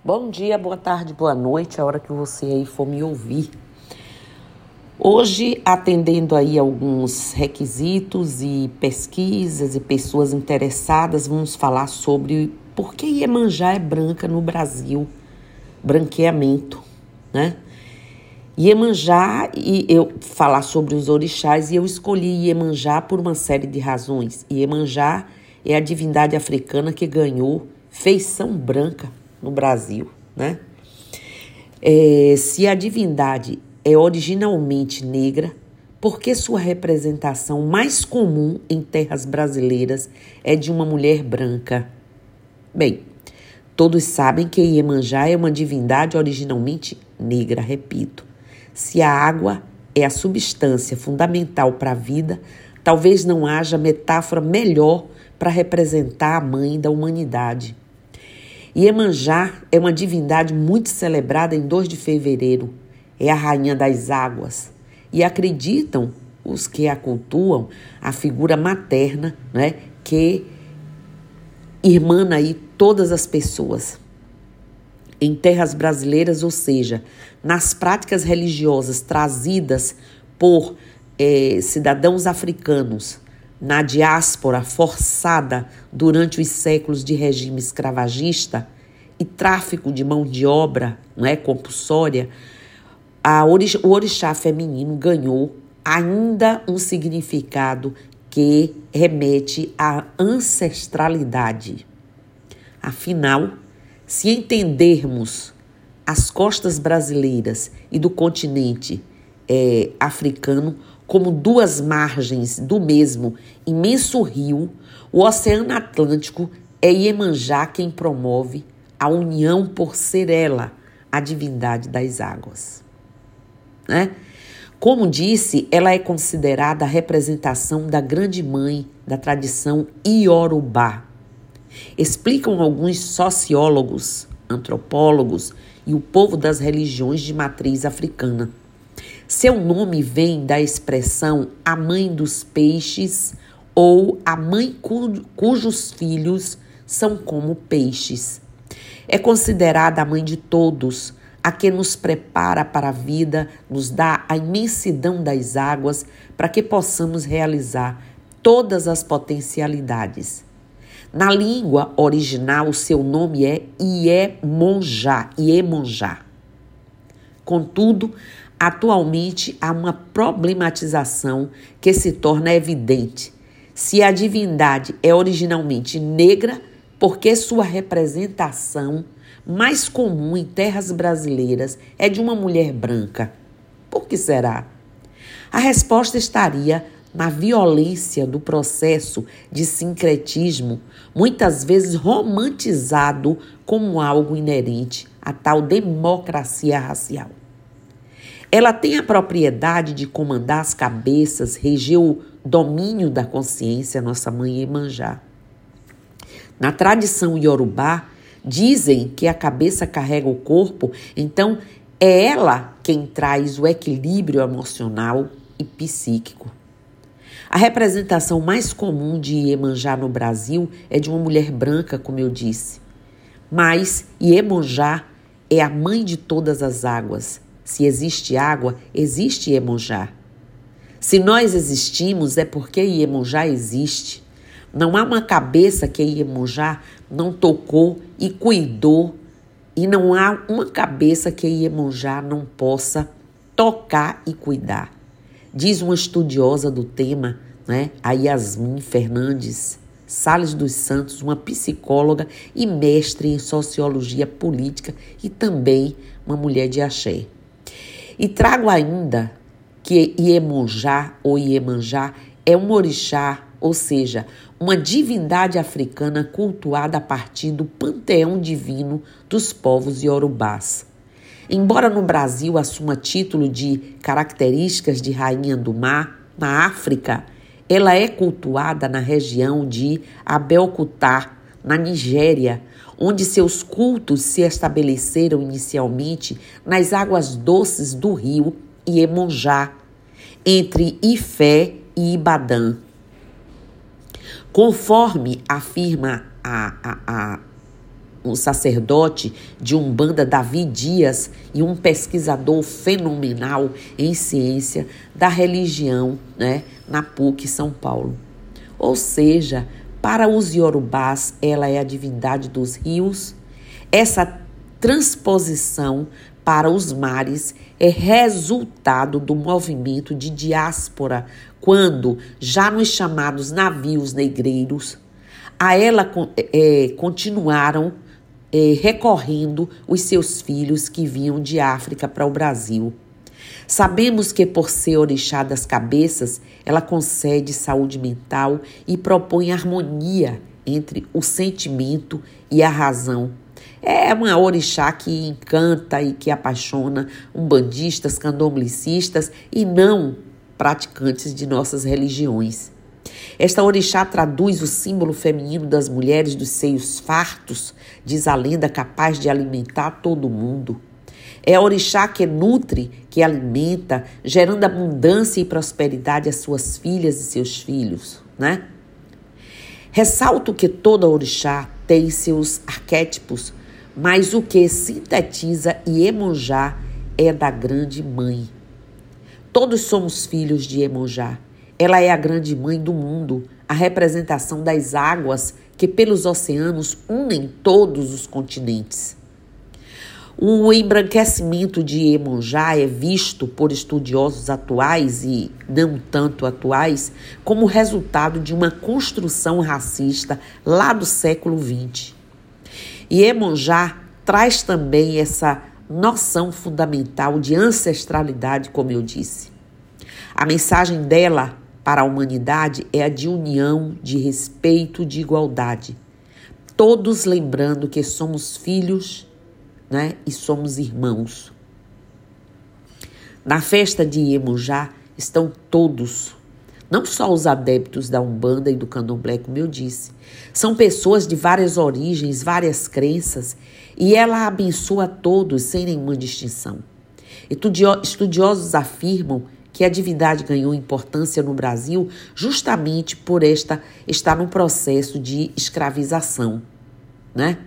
Bom dia, boa tarde, boa noite, a hora que você aí for me ouvir. Hoje, atendendo aí alguns requisitos e pesquisas e pessoas interessadas, vamos falar sobre por que Iemanjá é branca no Brasil, branqueamento, né? Iemanjá, e eu falar sobre os orixás, e eu escolhi Iemanjá por uma série de razões. Iemanjá é a divindade africana que ganhou feição branca no Brasil, né? Se a divindade é originalmente negra, por que sua representação mais comum em terras brasileiras é de uma mulher branca? Bem, todos sabem que Iemanjá é uma divindade originalmente negra, repito. Se a água é a substância fundamental para a vida, talvez não haja metáfora melhor para representar a mãe da humanidade. Iemanjá é uma divindade muito celebrada em 2 de fevereiro. É a rainha das águas. E acreditam os que a cultuam, a figura materna, né, que irmana aí todas as pessoas. Em terras brasileiras, ou seja, nas práticas religiosas trazidas por cidadãos africanos, na diáspora forçada durante os séculos de regime escravagista e tráfico de mão de obra, compulsória, o orixá feminino ganhou ainda um significado que remete à ancestralidade. Afinal, se entendermos as costas brasileiras e do continente africano como 2 margens do mesmo imenso rio, o Oceano Atlântico é Iemanjá quem promove a união por ser ela a divindade das águas, né? Como disse, ela é considerada a representação da grande mãe da tradição iorubá. Explicam alguns sociólogos, antropólogos e o povo das religiões de matriz africana. Seu nome vem da expressão a mãe dos peixes ou a mãe cujos filhos são como peixes. É considerada a mãe de todos, a que nos prepara para a vida, nos dá a imensidão das águas para que possamos realizar todas as potencialidades. Na língua original, seu nome é Iemonjá. Contudo, atualmente há uma problematização que se torna evidente. Se a divindade é originalmente negra, por que sua representação mais comum em terras brasileiras é de uma mulher branca? Por que será? A resposta estaria na violência do processo de sincretismo, muitas vezes romantizado como algo inerente à tal democracia racial. Ela tem a propriedade de comandar as cabeças, reger o domínio da consciência, nossa mãe Iemanjá. Na tradição iorubá, dizem que a cabeça carrega o corpo, então é ela quem traz o equilíbrio emocional e psíquico. A representação mais comum de Iemanjá no Brasil é de uma mulher branca, como eu disse. Mas Iemanjá é a mãe de todas as águas. Se existe água, existe Iemanjá. Se nós existimos, é porque Iemanjá existe. Não há uma cabeça que Iemanjá não tocou e cuidou, e não há uma cabeça que Iemanjá não possa tocar e cuidar. Diz uma estudiosa do tema, a Yasmin Fernandes Salles dos Santos, uma psicóloga e mestre em sociologia política e também uma mulher de axé. E trago ainda que Iemonjá ou Iemanjá é um orixá, ou seja, uma divindade africana cultuada a partir do panteão divino dos povos iorubás. Embora no Brasil assuma título de características de rainha do mar, na África, ela é cultuada na região de Abeokuta, na Nigéria, onde seus cultos se estabeleceram inicialmente nas águas doces do rio Iemonjá, entre Ifé e Ibadã. Conforme afirma um sacerdote de Umbanda, Davi Dias, e um pesquisador fenomenal em ciência da religião, né, na PUC São Paulo. Ou seja, para os iorubás, ela é a divindade dos rios. Essa transposição para os mares é resultado do movimento de diáspora, quando, já nos chamados navios negreiros, a ela continuaram recorrendo os seus filhos que vinham de África para o Brasil. Sabemos que, por ser orixá das cabeças, ela concede saúde mental e propõe harmonia entre o sentimento e a razão. É uma orixá que encanta e que apaixona umbandistas, candomblecistas e não praticantes de nossas religiões. Esta orixá traduz o símbolo feminino das mulheres dos seios fartos, diz a lenda, capaz de alimentar todo mundo. É a orixá que nutre, que alimenta, gerando abundância e prosperidade às suas filhas e seus filhos, né? Ressalto que toda orixá tem seus arquétipos, mas o que sintetiza Iemonjá é da grande mãe. Todos somos filhos de Iemonjá. Ela é a grande mãe do mundo, a representação das águas que pelos oceanos unem todos os continentes. O embranquecimento de Iemonjá é visto por estudiosos atuais e não tanto atuais como resultado de uma construção racista lá do século XX. Iemonjá traz também essa noção fundamental de ancestralidade, como eu disse. A mensagem dela para a humanidade é a de união, de respeito, de igualdade. Todos lembrando que somos filhos, né, e somos irmãos. Na festa de Iemonjá estão todos, não só os adeptos da Umbanda e do Candomblé, como eu disse. São pessoas de várias origens, várias crenças, e ela abençoa todos sem nenhuma distinção. Estudiosos afirmam que a divindade ganhou importância no Brasil justamente por esta estar num processo de escravização, né?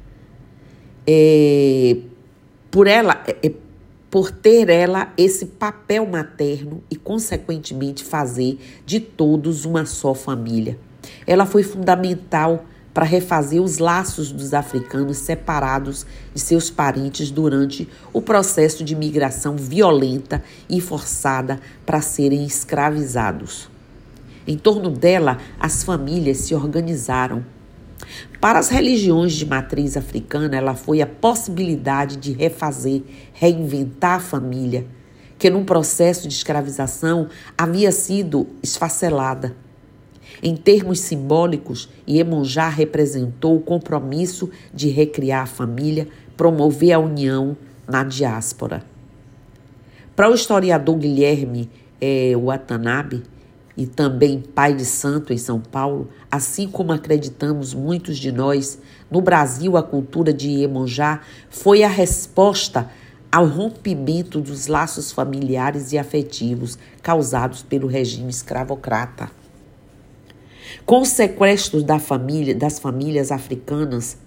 Por ter ela esse papel materno e, consequentemente, fazer de todos uma só família. Ela foi fundamental para refazer os laços dos africanos separados de seus parentes durante o processo de migração violenta e forçada para serem escravizados. Em torno dela, as famílias se organizaram. Para as religiões de matriz africana, ela foi a possibilidade de refazer, reinventar a família, que num processo de escravização havia sido esfacelada. Em termos simbólicos, Iemonjá representou o compromisso de recriar a família, promover a união na diáspora. Para o historiador Guilherme Watanabe, e também pai de santo em São Paulo, assim como acreditamos muitos de nós, no Brasil a cultura de Iemonjá foi a resposta ao rompimento dos laços familiares e afetivos causados pelo regime escravocrata. Com o sequestro das famílias africanas,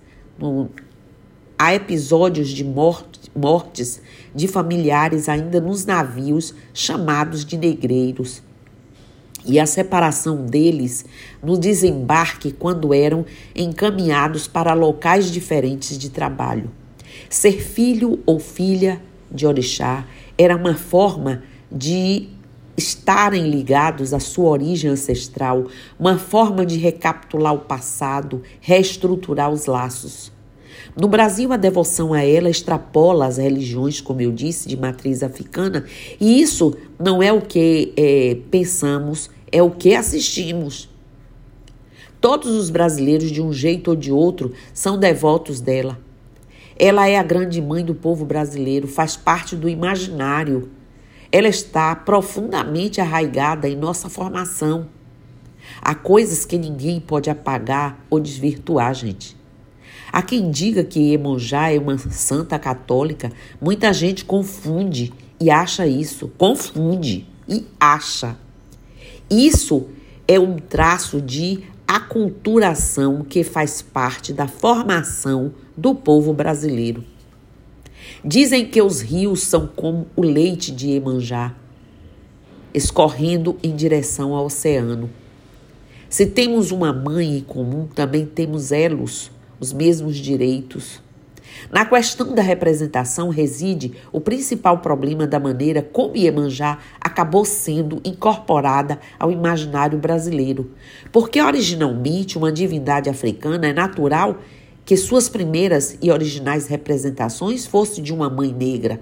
há episódios de mortes de familiares ainda nos navios chamados de negreiros, e a separação deles no desembarque quando eram encaminhados para locais diferentes de trabalho. Ser filho ou filha de orixá era uma forma de estarem ligados à sua origem ancestral, uma forma de recapitular o passado, reestruturar os laços. No Brasil, a devoção a ela extrapola as religiões, como eu disse, de matriz africana, e isso não é o que pensamos, é o que assistimos. Todos os brasileiros, de um jeito ou de outro, são devotos dela. Ela é a grande mãe do povo brasileiro, faz parte do imaginário. Ela está profundamente arraigada em nossa formação. Há coisas que ninguém pode apagar ou desvirtuar, gente. Há quem diga que Iemonjá é uma santa católica. Muita gente confunde e acha isso. Confunde e acha. Isso é um traço de aculturação que faz parte da formação do povo brasileiro. Dizem que os rios são como o leite de Iemanjá, escorrendo em direção ao oceano. Se temos uma mãe em comum, também temos elos, os mesmos direitos. Na questão da representação reside o principal problema da maneira como Iemanjá acabou sendo incorporada ao imaginário brasileiro. Porque originalmente uma divindade africana é natural que suas primeiras e originais representações fossem de uma mãe negra.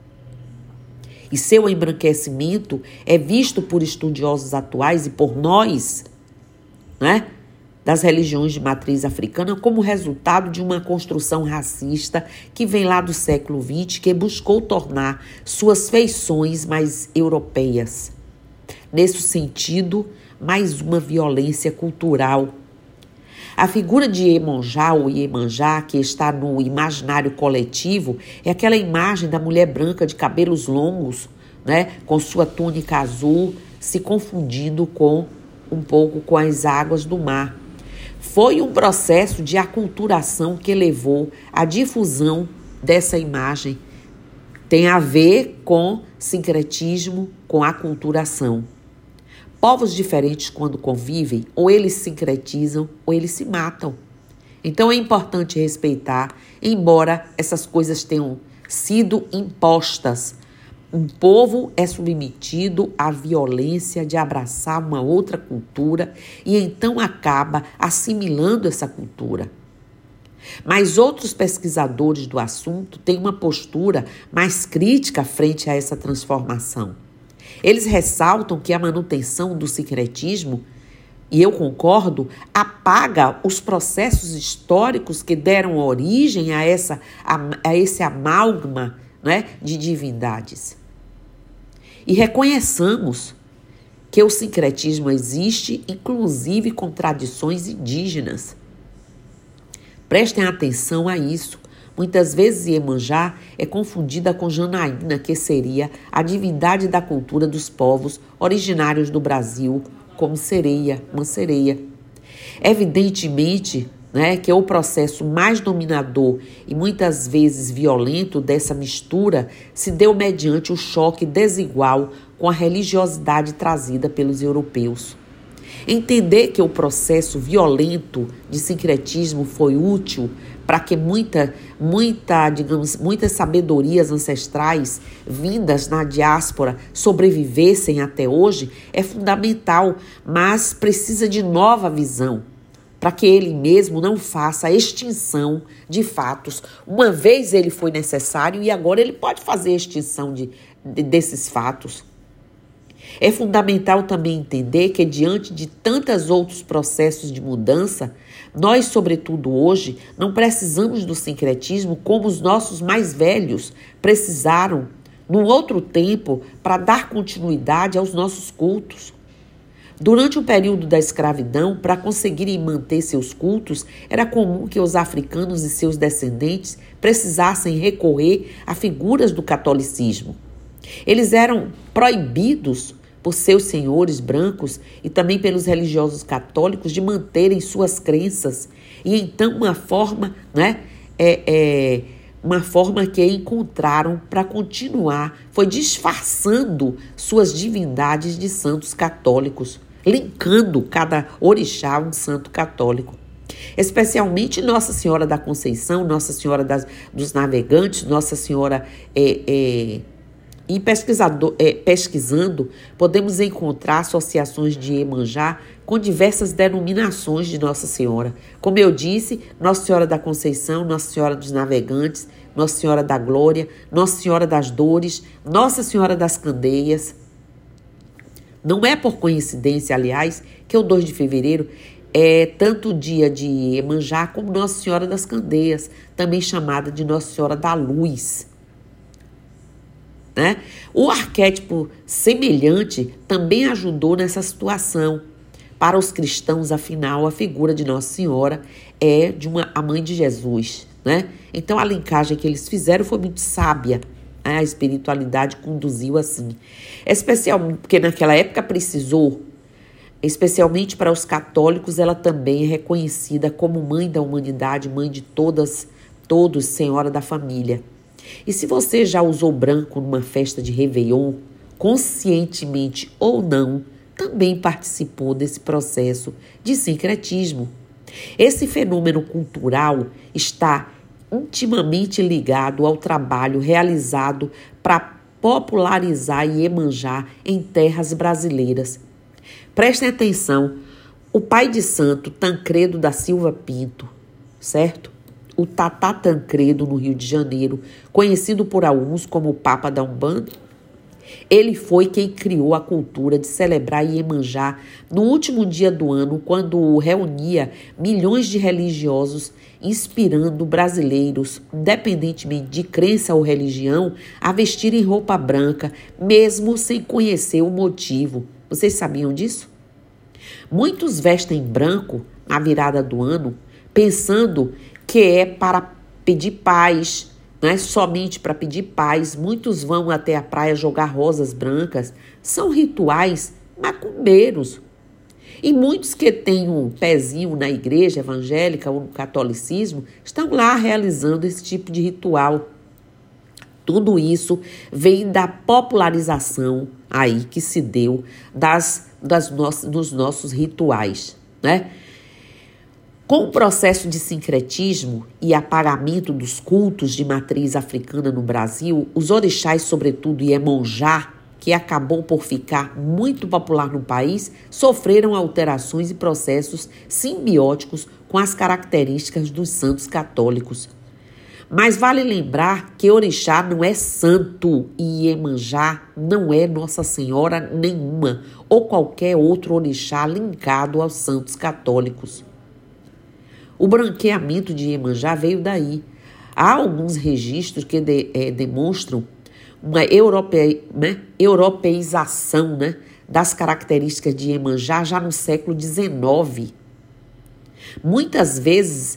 E seu embranquecimento é visto por estudiosos atuais e por nós, né, das religiões de matriz africana como resultado de uma construção racista que vem lá do século XX, que buscou tornar suas feições mais europeias. Nesse sentido, mais uma violência cultural. A figura de Iemanjá ou Iemanjá, que está no imaginário coletivo, é aquela imagem da mulher branca de cabelos longos, né, com sua túnica azul, se confundindo um pouco com as águas do mar. Foi um processo de aculturação que levou à difusão dessa imagem. Tem a ver com sincretismo, com aculturação. Povos diferentes, quando convivem, ou eles sincretizam ou eles se matam. Então é importante respeitar, embora essas coisas tenham sido impostas. Um povo é submetido à violência de abraçar uma outra cultura e então acaba assimilando essa cultura. Mas outros pesquisadores do assunto têm uma postura mais crítica frente a essa transformação. Eles ressaltam que a manutenção do sincretismo, e eu concordo, apaga os processos históricos que deram origem a esse amálgama, né, de divindades. E reconheçamos que o sincretismo existe, inclusive com tradições indígenas. Prestem atenção a isso. Muitas vezes Iemanjá é confundida com Janaína, que seria a divindade da cultura dos povos originários do Brasil, como sereia, uma sereia. Evidentemente, né, que é o processo mais dominador e muitas vezes violento dessa mistura se deu mediante o choque desigual com a religiosidade trazida pelos europeus. Entender que o processo violento de sincretismo foi útil para que muitas sabedorias ancestrais vindas na diáspora sobrevivessem até hoje é fundamental, mas precisa de nova visão, para que ele mesmo não faça a extinção de fatos. Uma vez ele foi necessário e agora ele pode fazer a extinção desses fatos. É fundamental também entender que, diante de tantos outros processos de mudança, nós, sobretudo hoje, não precisamos do sincretismo como os nossos mais velhos precisaram, num outro tempo, para dar continuidade aos nossos cultos. Durante o período da escravidão, para conseguirem manter seus cultos, era comum que os africanos e seus descendentes precisassem recorrer a figuras do catolicismo. Eles eram proibidos por seus senhores brancos e também pelos religiosos católicos de manterem suas crenças. E então uma forma que encontraram para continuar foi disfarçando suas divindades de santos católicos, linkando cada orixá a um santo católico. Especialmente Nossa Senhora da Conceição, Nossa Senhora dos Navegantes, Nossa Senhora... E pesquisando, podemos encontrar associações de Iemanjá com diversas denominações de Nossa Senhora. Como eu disse, Nossa Senhora da Conceição, Nossa Senhora dos Navegantes, Nossa Senhora da Glória, Nossa Senhora das Dores, Nossa Senhora das Candeias. Não é por coincidência, aliás, que o 2 de fevereiro é tanto o dia de Iemanjá como Nossa Senhora das Candeias, também chamada de Nossa Senhora da Luz. Né? O arquétipo semelhante também ajudou nessa situação. Para os cristãos, afinal, a figura de Nossa Senhora é a mãe de Jesus. Né? Então, a linkagem que eles fizeram foi muito sábia. Né? A espiritualidade conduziu assim. Especialmente porque naquela época precisou, especialmente para os católicos, ela também é reconhecida como mãe da humanidade, mãe de todas todos senhora da família. E se você já usou branco numa festa de Réveillon, conscientemente ou não, também participou desse processo de sincretismo. Esse fenômeno cultural está intimamente ligado ao trabalho realizado para popularizar Iemanjá em terras brasileiras. Prestem atenção, o pai de santo Tancredo da Silva Pinto, certo? O Tatá Tancredo, no Rio de Janeiro, conhecido por alguns como o Papa da Umbanda, ele foi quem criou a cultura de celebrar Iemanjá no último dia do ano, quando reunia milhões de religiosos, inspirando brasileiros, independentemente de crença ou religião, a vestirem roupa branca, mesmo sem conhecer o motivo. Vocês sabiam disso? Muitos vestem branco na virada do ano, pensando que é para pedir paz. Não é somente para pedir paz. Muitos vão até a praia jogar rosas brancas. São rituais macumbeiros. E muitos que têm um pezinho na igreja evangélica ou no catolicismo estão lá realizando esse tipo de ritual. Tudo isso vem da popularização aí que se deu dos nossos rituais, né? Com o processo de sincretismo e apagamento dos cultos de matriz africana no Brasil, os orixás, sobretudo Iemanjá, que acabou por ficar muito popular no país, sofreram alterações e processos simbióticos com as características dos santos católicos. Mas vale lembrar que orixá não é santo e Iemanjá não é Nossa Senhora nenhuma ou qualquer outro orixá linkado aos santos católicos. O branqueamento de Iemanjá veio daí. Há alguns registros que demonstram uma europeização, né, das características de Iemanjá já no século XIX. Muitas vezes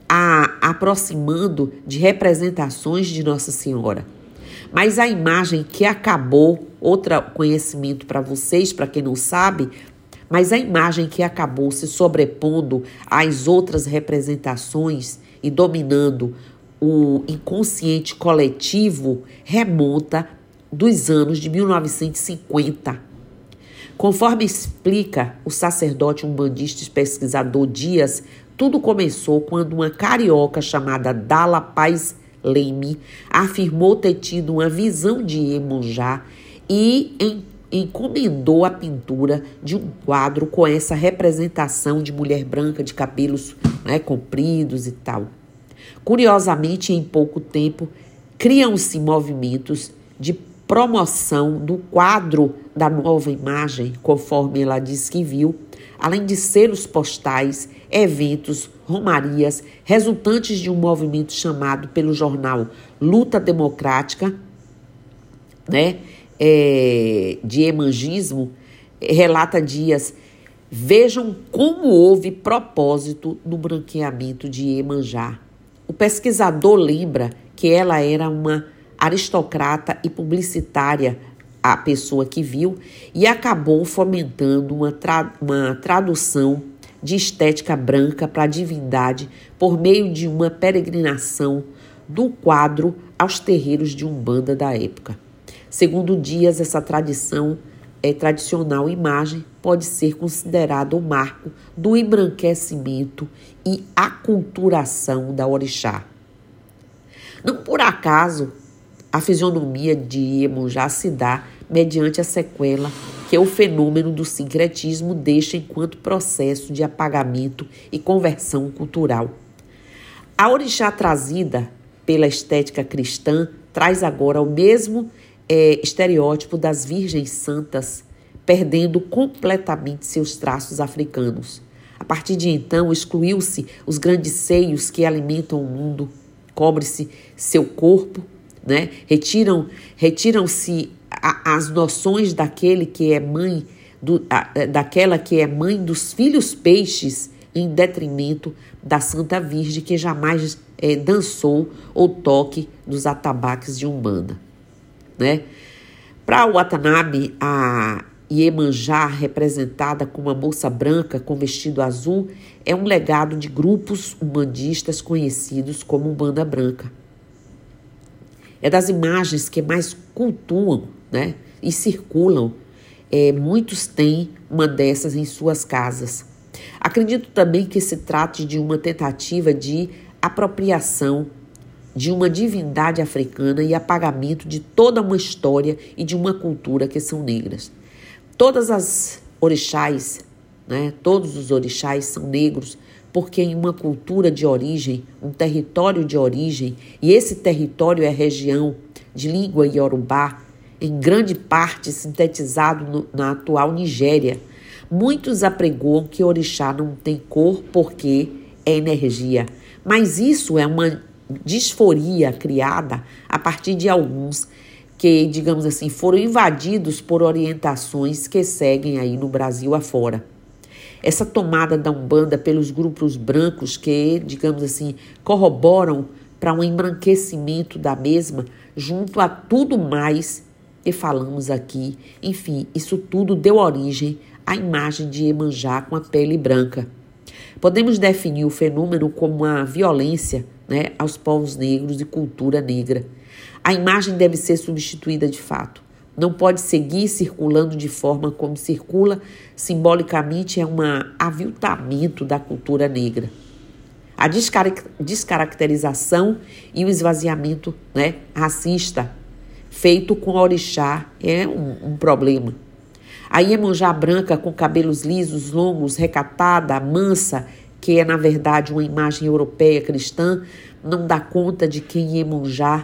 aproximando de representações de Nossa Senhora. Mas a imagem que acabou, outro conhecimento para vocês, para quem não sabe, mas a imagem que acabou se sobrepondo às outras representações e dominando o inconsciente coletivo remonta dos anos de 1950. Conforme explica o sacerdote umbandista e pesquisador Dias, tudo começou quando uma carioca chamada Dala Paz Leme afirmou ter tido uma visão de Iemanjá e encomendou a pintura de um quadro com essa representação de mulher branca de cabelos, né, compridos e tal. Curiosamente, em pouco tempo, criam-se movimentos de promoção do quadro da nova imagem, conforme ela diz que viu, além de selos postais, eventos, romarias, resultantes de um movimento chamado pelo jornal Luta Democrática, né, de emangismo, relata Dias, vejam como houve propósito no branqueamento de Iemanjá. O pesquisador lembra que ela era uma aristocrata e publicitária, a pessoa que viu, e acabou fomentando uma tradução de estética branca para a divindade por meio de uma peregrinação do quadro aos terreiros de Umbanda da época. Segundo Dias, essa tradicional imagem pode ser considerada o marco do embranquecimento e aculturação da orixá. Não por acaso, a fisionomia de Iemanjá se dá mediante a sequela que o fenômeno do sincretismo deixa enquanto processo de apagamento e conversão cultural. A orixá trazida pela estética cristã traz agora o mesmo estereótipo das virgens santas, perdendo completamente seus traços africanos. A partir de então, excluiu-se os grandes seios que alimentam o mundo, cobre-se seu corpo, né? Retiram-se as noções daquela que é mãe dos filhos peixes, em detrimento da Santa Virgem, que jamais dançou ou toque dos atabaques de Umbanda, né? Para o Watanabe, Iemanjá, representada como uma moça branca com vestido azul, é um legado de grupos umbandistas conhecidos como Umbanda Branca. É das imagens que mais cultuam, né, e circulam. Muitos têm uma dessas em suas casas. Acredito também que se trate de uma tentativa de apropriação de uma divindade africana e apagamento de toda uma história e de uma cultura que são negras. Todas as orixás, né, todos os orixás são negros porque em uma cultura de origem, um território de origem, e esse território é a região de língua iorubá, em grande parte sintetizado na atual Nigéria. Muitos apregoam que orixá não tem cor porque é energia, mas isso é uma disforia criada a partir de alguns que, digamos assim, foram invadidos por orientações que seguem aí no Brasil afora. Essa tomada da Umbanda pelos grupos brancos que, digamos assim, corroboram para um embranquecimento da mesma, junto a tudo mais que falamos aqui. Enfim, isso tudo deu origem à imagem de Iemanjá com a pele branca. Podemos definir o fenômeno como uma violência, né, aos povos negros e cultura negra. A imagem deve ser substituída de fato. Não pode seguir circulando de forma como circula, simbolicamente é um aviltamento da cultura negra. A descaracterização e o esvaziamento, né, racista feito com orixá é um problema. A Iemanjá branca com cabelos lisos, longos, recatada, mansa, que é na verdade uma imagem europeia cristã, não dá conta de quem Iemanjá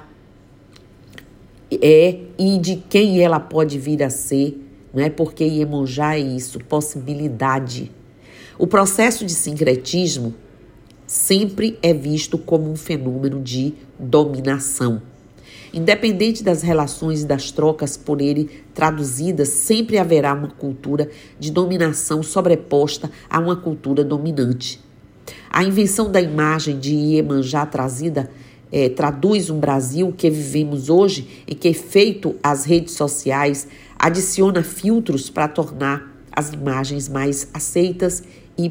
é e de quem ela pode vir a ser, não é? Porque Iemanjá é isso, possibilidade. O processo de sincretismo sempre é visto como um fenômeno de dominação. Independente das relações e das trocas por ele traduzidas, sempre haverá uma cultura de dominação sobreposta a uma cultura dominante. A invenção da imagem de Iemanjá trazida traduz um Brasil que vivemos hoje e que, feito as redes sociais, adiciona filtros para tornar as imagens mais aceitas e,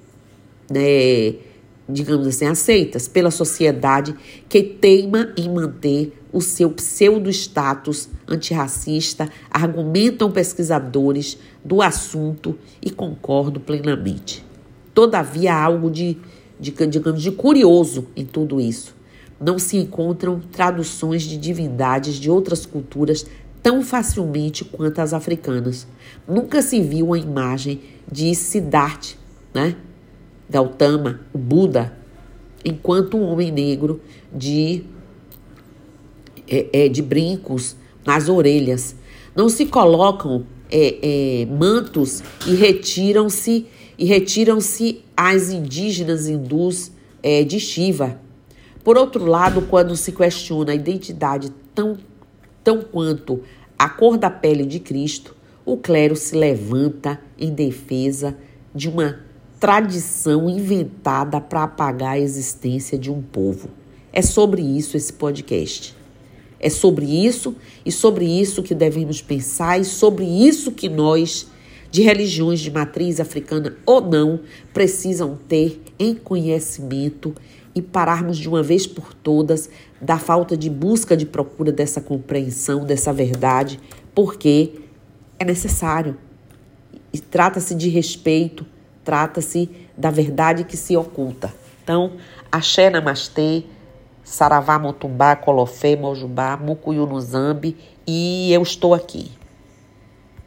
digamos assim, aceitas pela sociedade que teima em manter o seu pseudo-status antirracista, argumentam pesquisadores do assunto e concordo plenamente. Todavia, há algo digamos, de curioso em tudo isso. Não se encontram traduções de divindades de outras culturas tão facilmente quanto as africanas. Nunca se viu a imagem de Siddhartha, né? Gautama, o Buda, enquanto um homem negro de brincos nas orelhas. Não se colocam mantos e retiram-se as indígenas hindus de Shiva. Por outro lado, quando se questiona a identidade tão quanto a cor da pele de Cristo, o clero se levanta em defesa de uma tradição inventada para apagar a existência de um povo. É sobre isso esse podcast. É sobre isso e sobre isso que devemos pensar e sobre isso que nós, de religiões de matriz africana ou não, precisam ter em conhecimento e pararmos de uma vez por todas da falta de busca, de procura dessa compreensão, dessa verdade, porque é necessário. E trata-se de respeito, trata-se da verdade que se oculta. Então, axé, namastê, saravá, motumbá, colofé, mojubá, mucuyu no zambi, e eu estou aqui.